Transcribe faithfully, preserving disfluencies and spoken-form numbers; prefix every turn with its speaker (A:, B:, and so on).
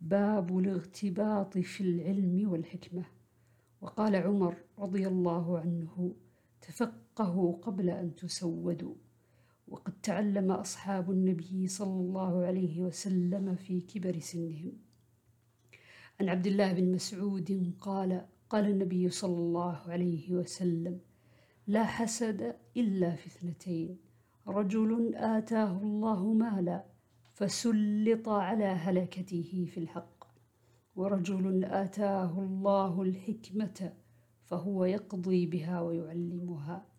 A: باب الاغتباط في العلم والحكمة. وقال عمر رضي الله عنه: تفقهوا قبل أن تسودوا. وقد تعلم أصحاب النبي صلى الله عليه وسلم في كبر سنهم. عن عبد الله بن مسعود قال: قال النبي صلى الله عليه وسلم: لا حسد إلا في اثنتين: رجل آتاه الله مالا فسلط على هلكته في الحق، ورجل آتاه الله الحكمة فهو يقضي بها ويعلمها.